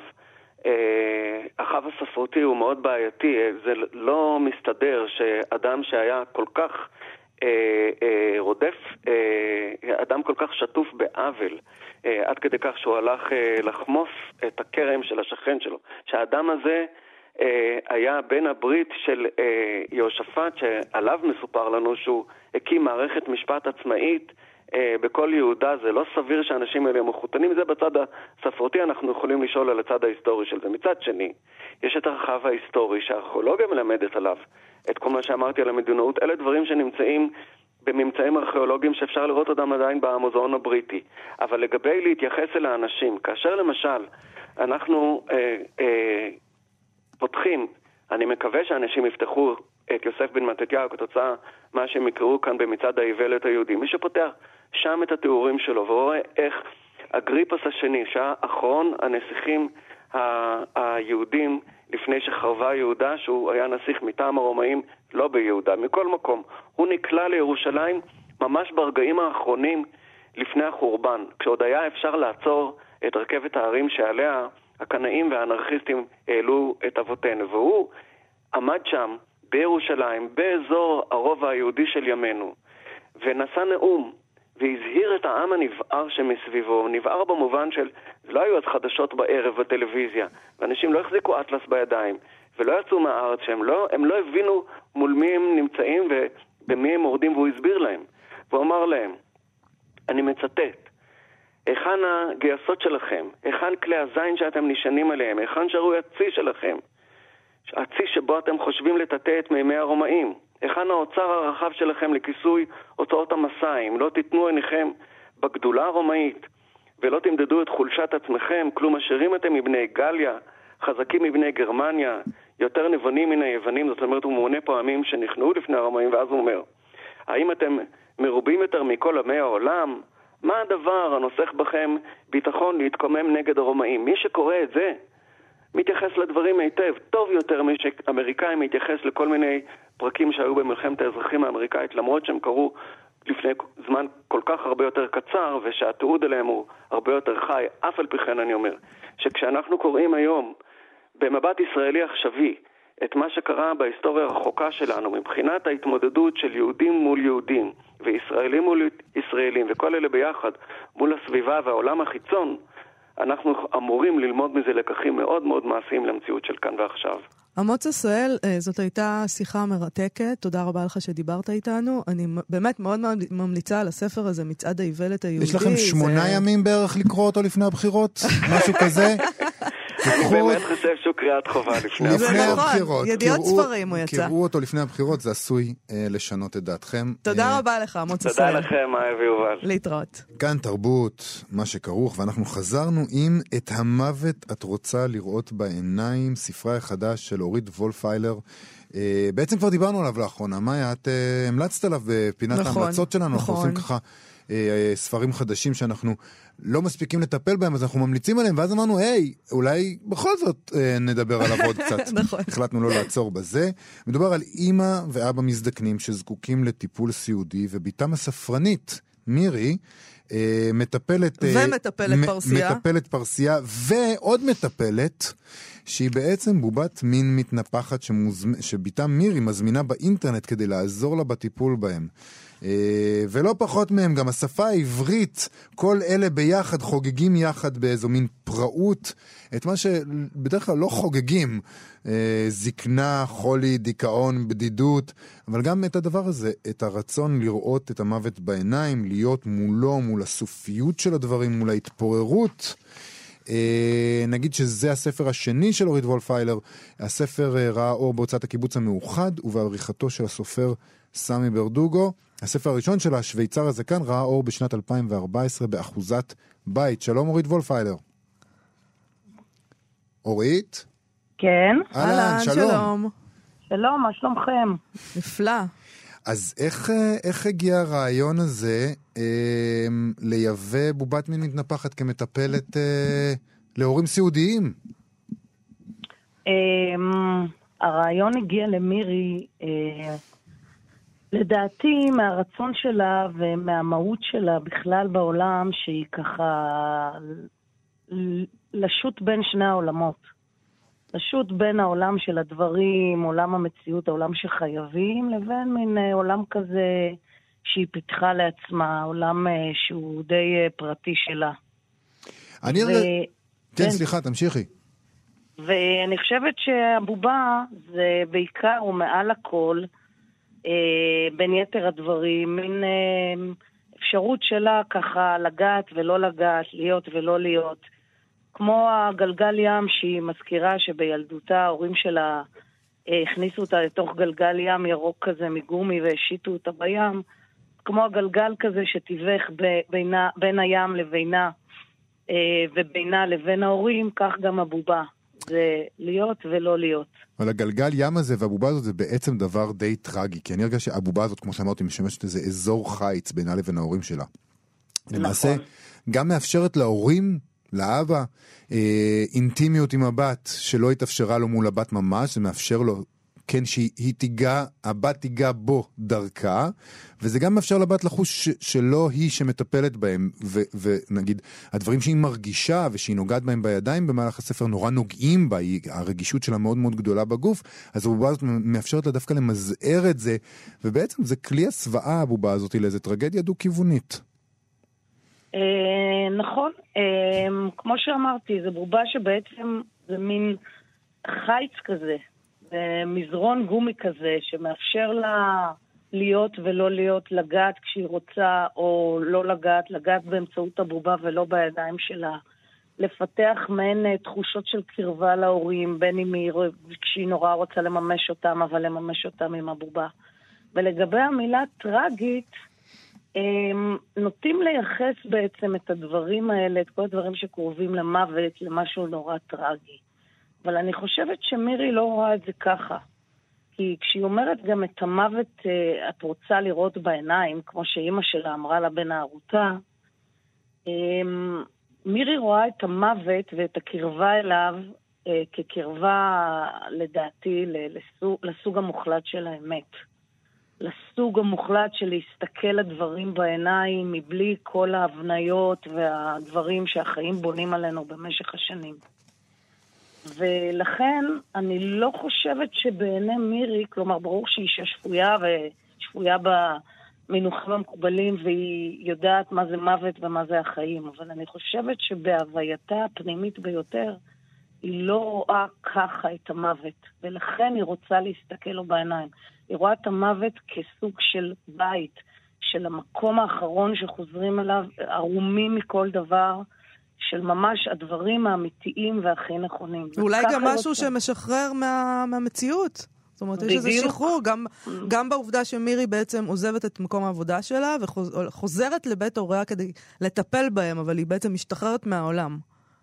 אחאב הספרותי הוא מאוד בעייתי. זה לא מסתדר שאדם שהיה כל כך רודף, אדם כל כך שטוף בעוול, עד כדי כך שהוא הלך לחמוס את הכרם של השכן שלו. שהאדם הזה היה בן הברית של יהושפט, שעליו מסופר לנו שהוא הקים מערכת משפט עצמאית בכל יהודה. זה לא סביר שאנשים האלה מחותנים. זה בצד הספרותי, אנחנו יכולים לשאול על הצד ההיסטורי של זה. מצד שני, יש את הרחב ההיסטורי שהארכיאולוגיה מלמדת עליו, את כל מה שאמרתי על המדינאות. אלה דברים שנמצאים בממצאים ארכיאולוגיים שאפשר לראות אותם עדיין במוזיאון הבריטי. אבל לגבי להתייחס אל האנשים, כאשר למשל אנחנו פותחים, אני מקווה שאנשים יפתחו את יוסף בן מתתיהו כתוצאה מה שהם יקראו כאן במצעד האיוולת היהודי. מי שפותח שם את התיאורים שלו ורואה איך אגריפס השני, שהיה אחרון הנסיכים היהודים לפני שחרבה יהודה, שהוא היה נסיך מטעם הרומאים, לא ביהודה, מכל מקום, הוא נקלע לירושלים ממש ברגעים האחרונים לפני החורבן, כשעוד היה אפשר לעצור את רכבת הערים שעליה הקנאים והאנרכיסטים העלו את אבותינו, והוא עמד שם בירושלים, באזור הרובע היהודי של ימינו, ונשא נאום, והזהיר את העם הנבער שמסביבו. נבער במובן של, לא היו אז חדשות בערב בטלוויזיה, ואנשים לא החזיקו אטלס בידיים, ולא יצאו מהארץ, הם לא הבינו מול מי הם נמצאים ובמי הם מורדים, והוא הסביר להם. והוא אמר להם, אני מצטט, היכן הגייסות שלכם? היכן כלי הזין שאתם נשענים עליהם? היכן שרוי הצי שלכם? הצי שבו אתם חושבים לטאטא את מימי הרומאים? היכן האוצר הרחב שלכם לכיסוי הוצאות המסעים? לא תיתנו עיניכם בגדולה הרומאית ולא תמדדו את חולשת עצמכם, כלום אשרים אתם מבני גליה, חזקים מבני גרמניה, יותר נבונים מן היוונים. זאת אומרת, הוא מונה פה עמים שנכנעו לפני הרומאים, ואז הוא אומר, האם אתם מרובים יותר מכל עמי העולם? מה הדבר הנוסח בכם ביטחון להתקומם נגד הרומאים? מי שקורא את זה מתייחס לדברים היטב, טוב יותר מאמריקאים מתייחס לכל מיני פרקים שהיו במלחמת האזרחים האמריקאית, למרות שהם קרו לפני זמן כל כך הרבה יותר קצר, ושהתיעוד עליהם הוא הרבה יותר חי. אף על פי כן אני אומר, שכשאנחנו קוראים היום במבט ישראלי עכשווי את מה שקרה בהיסטוריה הרחוקה שלנו, מבחינת ההתמודדות של יהודים מול יהודים, וישראלים מול ישראלים, וכל אלה ביחד מול הסביבה והעולם החיצון, אנחנו אמורים ללמוד מזה לקחים מאוד מאוד מעשיים למציאות של כאן ועכשיו. אמוץ עשואל, זאת הייתה שיחה מרתקת, תודה רבה לך שדיברת איתנו. אני באמת מאוד מאוד ממליצה על הספר הזה, מצעד האיוולת היהודי. יש לכם 8 ימים בערך לקרוא אותו לפני הבחירות? משהו כזה? אני באמת חושב שהוא קריאת חובה לפני הבחירות. ידיעות ספרים הוא יצא. קראו אותו לפני הבחירות, זה עשוי לשנות את דעתכם. תודה רבה לך, אמוץ עשואל. תודה לכם, מאיה ויובל. להתראות. כאן תרבות, מה שכרוך, ואנחנו חזרנו עם את המוות את רוצה לראות בעיניים, ספרה החדש של אורית וולפיילר. בעצם כבר דיברנו עליו לאחרונה. מאיה, את המלצת עליו בפינת ההמלצות שלנו. אנחנו עושים ככה ספרים חדשים שאנחנו לא מספיקים לטפל בהם, אז אנחנו ממליצים עליהם, ואז אמרנו, אולי בכל זאת נדבר עליו עוד קצת. החלטנו לא לעצור בזה. מדובר על אמא ואבא מזדקנים שזקוקים לטיפול סיעודי, וביתם הספרנית, מירי, מטפלת פרסייה, ועוד מטפלת, שהיא בעצם בובת מין מתנפחת שביתה מירי מזמינה באינטרנט כדי לעזור לה בטיפול בהם. ולא פחות מהם, גם השפה העברית, כל אלה ביחד חוגגים יחד באיזו מין פראות את מה שבדרך כלל לא חוגגים, זקנה, חולי, דיכאון, בדידות, אבל גם את הדבר הזה, את הרצון לראות את המוות בעיניים, להיות מולו, מול הסופיות של הדברים, מול ההתפוררות. נגיד שזה הספר השני של אורית וולפיילר. הספר ראה אור בהוצאת הקיבוץ המאוחד ובעריכתו של הסופר סמי ברדוגו. הספר הראשון של השוויצר הזקן ראה אור בשנת 2014 באחוזת בית. שלום אורית וולפיילר. אורית? כן. אהלן, שלום. שלום, מה שלומכם? נפלא. אז איך הגיע הרעיון הזה לייבא בובת מין מתנפחת כמטפלת להורים סיעודיים? הרעיון הגיע למירי, לדעתי מהרצון שלה ומהמהות שלה בכלל בעולם, שהיא ככה לשוט בין שני העולמות. לשוט בין העולם של הדברים, עולם המציאות, העולם שחייבים, לבין מין עולם כזה שהיא פיתחה לעצמה, עולם שהוא די פרטי שלה. כן, סליחה, תמשיכי. ואני חושבת שהבובה זה בעיקר ומעל הכל, בין יתר הדברים, מין אפשרות שלה ככה לגעת ולא לגעת, להיות ולא להיות. כמו הגלגל ים שהיא מזכירה שבילדותה ההורים שלה הכניסו אותה לתוך גלגל ים ירוק כזה מגומי והשיתו אותה בים. כמו הגלגל כזה שתיווך בין הים לבינה ובינה לבין ההורים, כך גם הבובה. זה להיות ולא להיות. אבל הגלגל ים הזה והבובה הזאת זה בעצם דבר די טרגי, כי אני הרגע שהבובה הזאת, כמו שאמרתי, משמשת איזה אזור חיץ בינה לבין ההורים שלה. למעשה, גם מאפשרת להורים, לאבא, אינטימיות עם הבת, שלא התאפשרה לו מול הבת ממש, זה מאפשר לו כן, הבת תיגע בו דרכה, וזה גם מאפשר לבת לחוש שלא היא שמטפלת בהם, ונגיד, הדברים שהיא מרגישה ושהיא נוגעת בהם בידיים במהלך הספר נורא נוגעים בה, הרגישות שלה מאוד מאוד גדולה בגוף, אז הבובה הזאת מאפשרת לה דווקא למזער את זה, ובעצם זה כלי הסוואה הבובה הזאת לאיזו טרגדיה דו-כיוונית. נכון, כמו שאמרתי, זה בובה שבעצם זה מין חיץ כזה, מזרון גומי כזה, שמאפשר לה להיות ולא להיות, לגעת כשהיא רוצה, או לא לגעת באמצעות הבובה ולא בידיים שלה, לפתח מעין תחושות של קרבה להורים, בין אם היא כשהיא נורא רוצה לממש אותם, אבל לממש אותם עם הבובה. ולגבי המילה טרגית, נוטים לייחס בעצם את הדברים האלה, את כל הדברים שקרובים למוות, למשהו נורא טרגי. אבל אני חושבת שמירי לא רואה את זה ככה. כי כשהיא אומרת גם את המוות את רוצה לראות בעיניים, כמו שאימא שלה אמרה לה בנערותה, מירי רואה את המוות ואת הקרבה אליו כקרבה, לדעתי, לסוג המוחלט של האמת. לסוג המוחלט של להסתכל לדברים בעיניים מבלי כל ההבניות והדברים שהחיים בונים עלינו במשך השנים. ולכן אני לא חושבת שבעיני מירי, כלומר ברור שהיא שפויה ושפויה במינוחים המקובלים והיא יודעת מה זה מוות ומה זה החיים, אבל אני חושבת שבהווייתה הפנימית ביותר היא לא רואה ככה את המוות, ולכן היא רוצה להסתכל לו בעיניים. היא רואה את המוות כסוג של בית, של המקום האחרון שחוזרים אליו, ערומים מכל דבר, של ממש הדברים האמיתיים והכי נכונים. אולי גם משהו שמשחרר מהמציאות. זאת אומרת, יש איזה שחרור, גם בעובדה שמירי בעצם עוזבת את מקום העבודה שלה, וחוזרת לבית הוריה כדי לטפל בהם, אבל היא בעצם משתחררת מהעולם.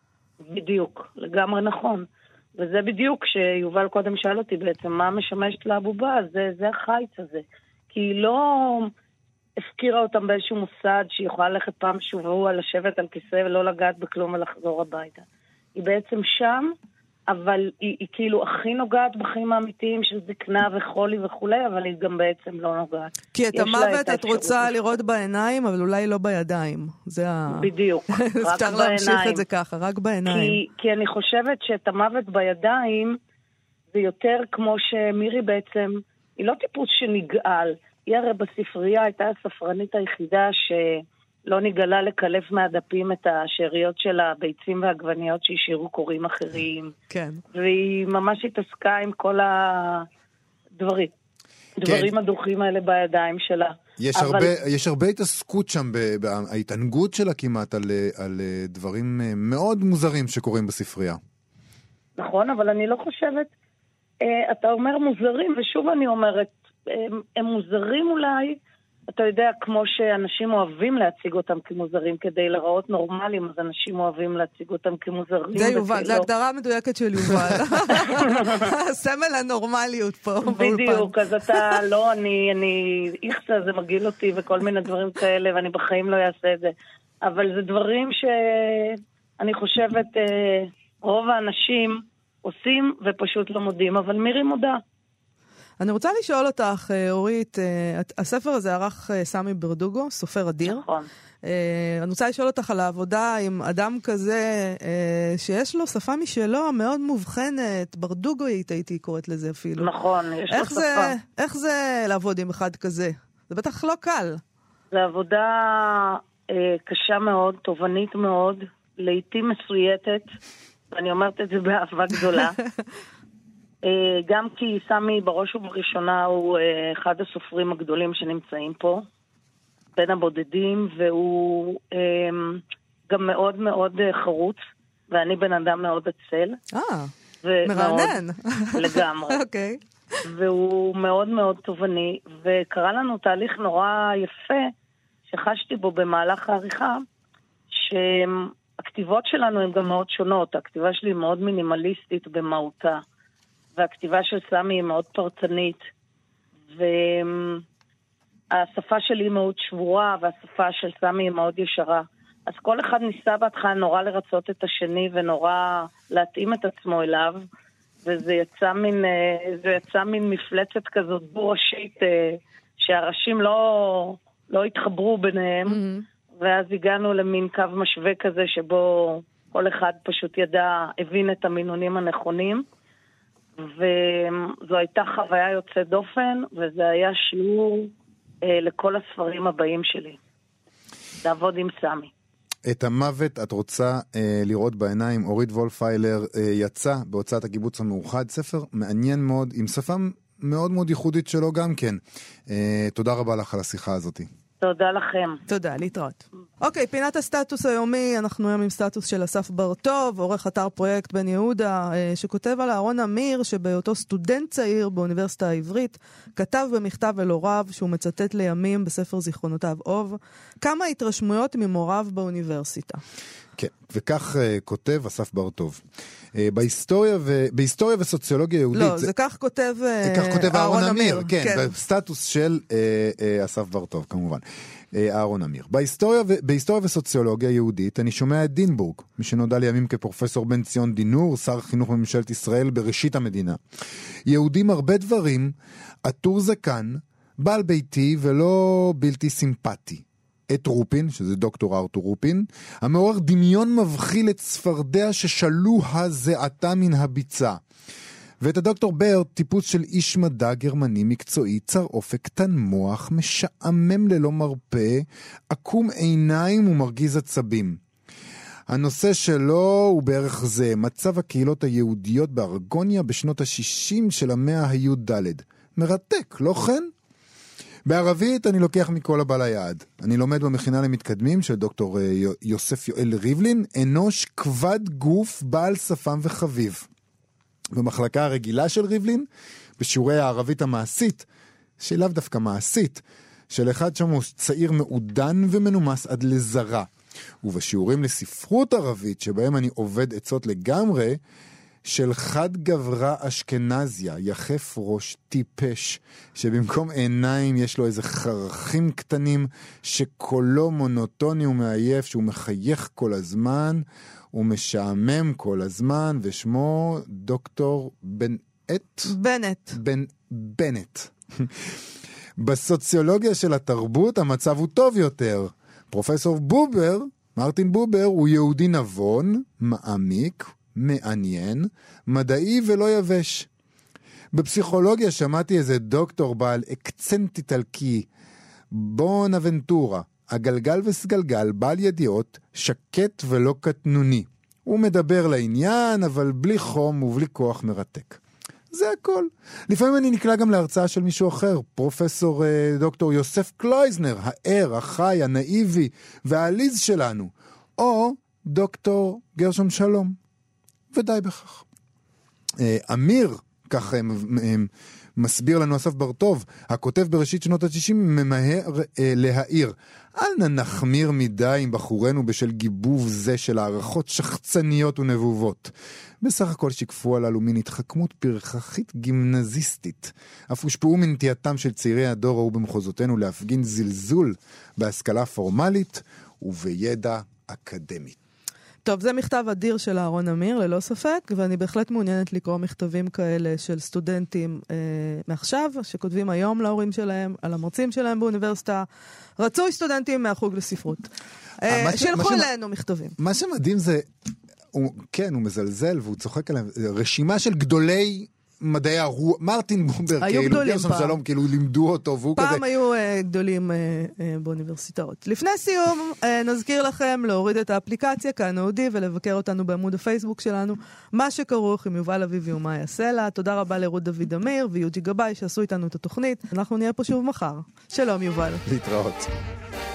בדיוק, לגמרי נכון. וזה בדיוק שיובל קודם שאל אותי בעצם, מה משמשת לבובה? זה החיץ הזה. כי היא לא הפקירה אותם באיזשהו מוסד שהיא יכולה ללכת פעם שבוע, לשבת על כיסא ולא לגעת בכלום ולחזור הביתה. היא בעצם שם, אבל היא כאילו הכי נוגעת בחיים האמיתיים של זקנה וחולי וכולי, אבל היא גם בעצם לא נוגעת. כי את המוות את רוצה לראות בעיניים, אבל אולי לא בידיים. בדיוק, רק בעיניים. אפשר להמשיך את זה ככה, רק בעיניים. כי אני חושבת שאת המוות בידיים, זה יותר כמו שמירי בעצם, היא לא טיפוס שנגאל. היא הרי בספרייה הייתה הספרנית היחידה שלא נגלה לקלף מהדפים את השאריות של הביצים והעגבניות שהשאירו קוראים אחרים. כן. והיא ממש התעסקה עם כל הדברים. דברים הדוחים האלה בידיים שלה. יש הרבה התעסקות שם, בהתענגות שלה כמעט על דברים מאוד מוזרים שקורים בספרייה. נכון, אבל אני לא חושבת, אתה אומר מוזרים, ושוב אני אומרת, הם מוזרים אולי, אתה יודע, כמו שאנשים אוהבים להציג אותם כמוזרים כדי לראות נורמליים, אז אנשים אוהבים להציג אותם כמוזרים. זה יובל, זה הגדרה מדויקת של יובל. סמל הנורמליות פה באולפן. בדיוק, אז אתה לא, אני איכסה, זה מגיל אותי וכל מיני דברים כאלה, ואני בחיים לא אעשה את זה. אבל זה דברים שאני חושבת רוב האנשים עושים ופשוט לא מודים, אבל מירי מודה. אני רוצה לשאול אותך, אורית, הספר הזה ערך סמי ברדוגו, סופר אדיר. נכון. אני רוצה לשאול אותך על העבודה עם אדם כזה, שיש לו שפה משלו מאוד מובחנת, ברדוגוית הייתי קוראת לזה אפילו. נכון, יש לו שפה. איך זה לעבוד עם אחד כזה? זה בטח לא קל. זה עבודה קשה מאוד, תובנית מאוד, לעתים מסויטת, ואני אומרת את זה באהבה גדולה. גם כי סמי בראש ובראשונה הוא אחד הסופרים הגדולים שנמצאים פה, בין הבודדים, והוא גם מאוד מאוד חרוץ, ואני בן אדם מאוד עצל. מרענן. לגמרי. אוקיי. והוא מאוד מאוד תובני, וקרה לנו תהליך נורא יפה, שחשתי בו במהלך העריכה, שהכתיבות שלנו הן גם מאוד שונות. הכתיבה שלי היא מאוד מינימליסטית במהותה. והכתיבה של סמי היא מאוד פרטנית, והשפה שלי היא מאוד שבורה, והשפה של סמי היא מאוד ישרה. אז כל אחד ניסה בהתחלה נורא לרצות את השני, ונורא להתאים את עצמו אליו, וזה יצא מין מפלצת כזאת דו-ראשית, שהראשים לא התחברו ביניהם, ואז הגענו למין קו משווה כזה, שבו כל אחד פשוט הבין את המינונים הנכונים, וזו הייתה חוויה יוצאת דופן, וזה היה שיעור לכל הספרים הבאים שלי. לעבוד עם סמי. את המוות את רוצה לראות בעיניים. אורית וולפיילר יצא בהוצאת הקיבוץ המאוחד, ספר מעניין מאוד, עם שפה מאוד מאוד ייחודית שלו גם כן. תודה רבה לך על השיחה הזאת. תודה לכם. תודה, להתראות. אוקיי, פינת הסטטוס היומי, אנחנו היום עם סטטוס של אסף בר-טוב, עורך אתר פרויקט בן יהודה, שכותב על אהרון אמיר, שבהיותו סטודנט צעיר באוניברסיטה העברית, כתב במכתב אל הוריו, שהוא מצטט לימים בספר זיכרונותיו אוב, כמה התרשמויות ממוריו באוניברסיטה. כן, וכך כותב אסף בר-טוב. בהיסטוריה וסוציולוגיה יהודית... לא, זה כך כותב אהרון אמיר, כן, בסטטוס של אסף בר-טוב, כמובן. אהרון אמיר. בהיסטוריה וסוציולוגיה יהודית, אני שומע את דינבורג, מי שנודע לימים כפרופסור בן ציון דינור, שר חינוך בממשלת ישראל בראשית המדינה. יהודים הרבה דברים, עטור זקן, בעל ביתי ולא בלתי סימפטי. את רופין, שזה דוקטור ארתור רופין, המעורר דמיון מבחיל את צפרדע ששלו הזעתה מן הביצה. ואת הדוקטור בר, טיפוס של איש מדע גרמני מקצועי, צר אופק, קטן מוח, משעמם ללא מרפא, עקום עיניים ומרגיז עצבים. הנושא שלו הוא בערך זה, מצב הקהילות היהודיות בארגוניה בשנות ה-60 של המאה הי"ד. מרתק, לא כן? בערבית אני לוקח מכל הבא ליד. אני לומד במכינה למתקדמים של דוקטור יוסף יואל ריבלין, אנוש כבד גוף בעל שפם וחביב. במחלקה הרגילה של ריבלין, בשיעורי הערבית המעשית, שלאו דווקא מעשית, של אחד שם הוא צעיר מעודן ומנומס עד לזרה. ובשיעורים לספרות ערבית, שבהם אני עובד עצות לגמרי, של חד גברה אשכנזיה, יחף ראש טיפש, שבמקום עיניים יש לו איזה חרכים קטנים, שקולו מונוטוני ומעייף, שהוא מחייך כל הזמן, הוא משעמם כל הזמן, ושמו דוקטור בנט. בסוציולוגיה של התרבות המצב הוא טוב יותר. פרופסור בובר, מרטין בובר, הוא יהודי נבון, מעמיק, מעניין, מדעי ולא יבש. בפסיכולוגיה שמעתי איזה דוקטור בעל אקצנט איטלקי, בונאבנטורה, הגלגל וסגלגל, בעל ידיעות, שקט ולא קטנוני. הוא מדבר לעניין, אבל בלי חום ובלי כוח מרתק. זה הכל. לפעמים אני נקלע גם להרצאה של מישהו אחר, פרופסור דוקטור יוסף קלויזנר, הער, החי, הנאיבי והעליז שלנו, או דוקטור גרשון שלום. ודי בכך. אמיר, כך מסביר לנו אסף בר-טוב, הכותב בראשית שנות ה-90, ממהר להעיר. אל ננחמיר מדי עם בחורנו בשל גיבוב זה של הערכות שחצניות ונבובות. בסך הכל שיקפו עליו מין התחכמות פרחחית גימנזיסטית. אף הושפעו מנטייתם של צעירי הדור ההוא במחוזותינו להפגין זלזול בהשכלה פורמלית ובידע אקדמי. טוב, זה מכתב אדיר של אהרון אמיר, ללא ספק, ואני בהחלט מעוניינת לקרוא מכתבים כאלה של סטודנטים מעכשיו, שכותבים היום להורים שלהם, על המרצים שלהם באוניברסיטה. רצוי סטודנטים מהחוג לספרות. שלחו אלינו מכתבים. מה שמדהים זה, הוא מזלזל והוא צוחק עליהם, רשימה של גדולי מדעי הרוח, מרטין בובר, כאילו, גרשון שלום, כאילו לימדו אותו, והוא כזה... פעם היו גדולים באוניברסיטאות. לפני סיום, נזכיר לכם להוריד את האפליקציה, כאן אודי, ולבקר אותנו בעמוד הפייסבוק שלנו, מה שכרוך עם יובל אביבי ומה יעשה לה. תודה רבה לרות דוד אמיר ויוג'י גבאי שעשו איתנו את התוכנית. אנחנו נהיה פה שוב מחר. שלום יובל. להתראות.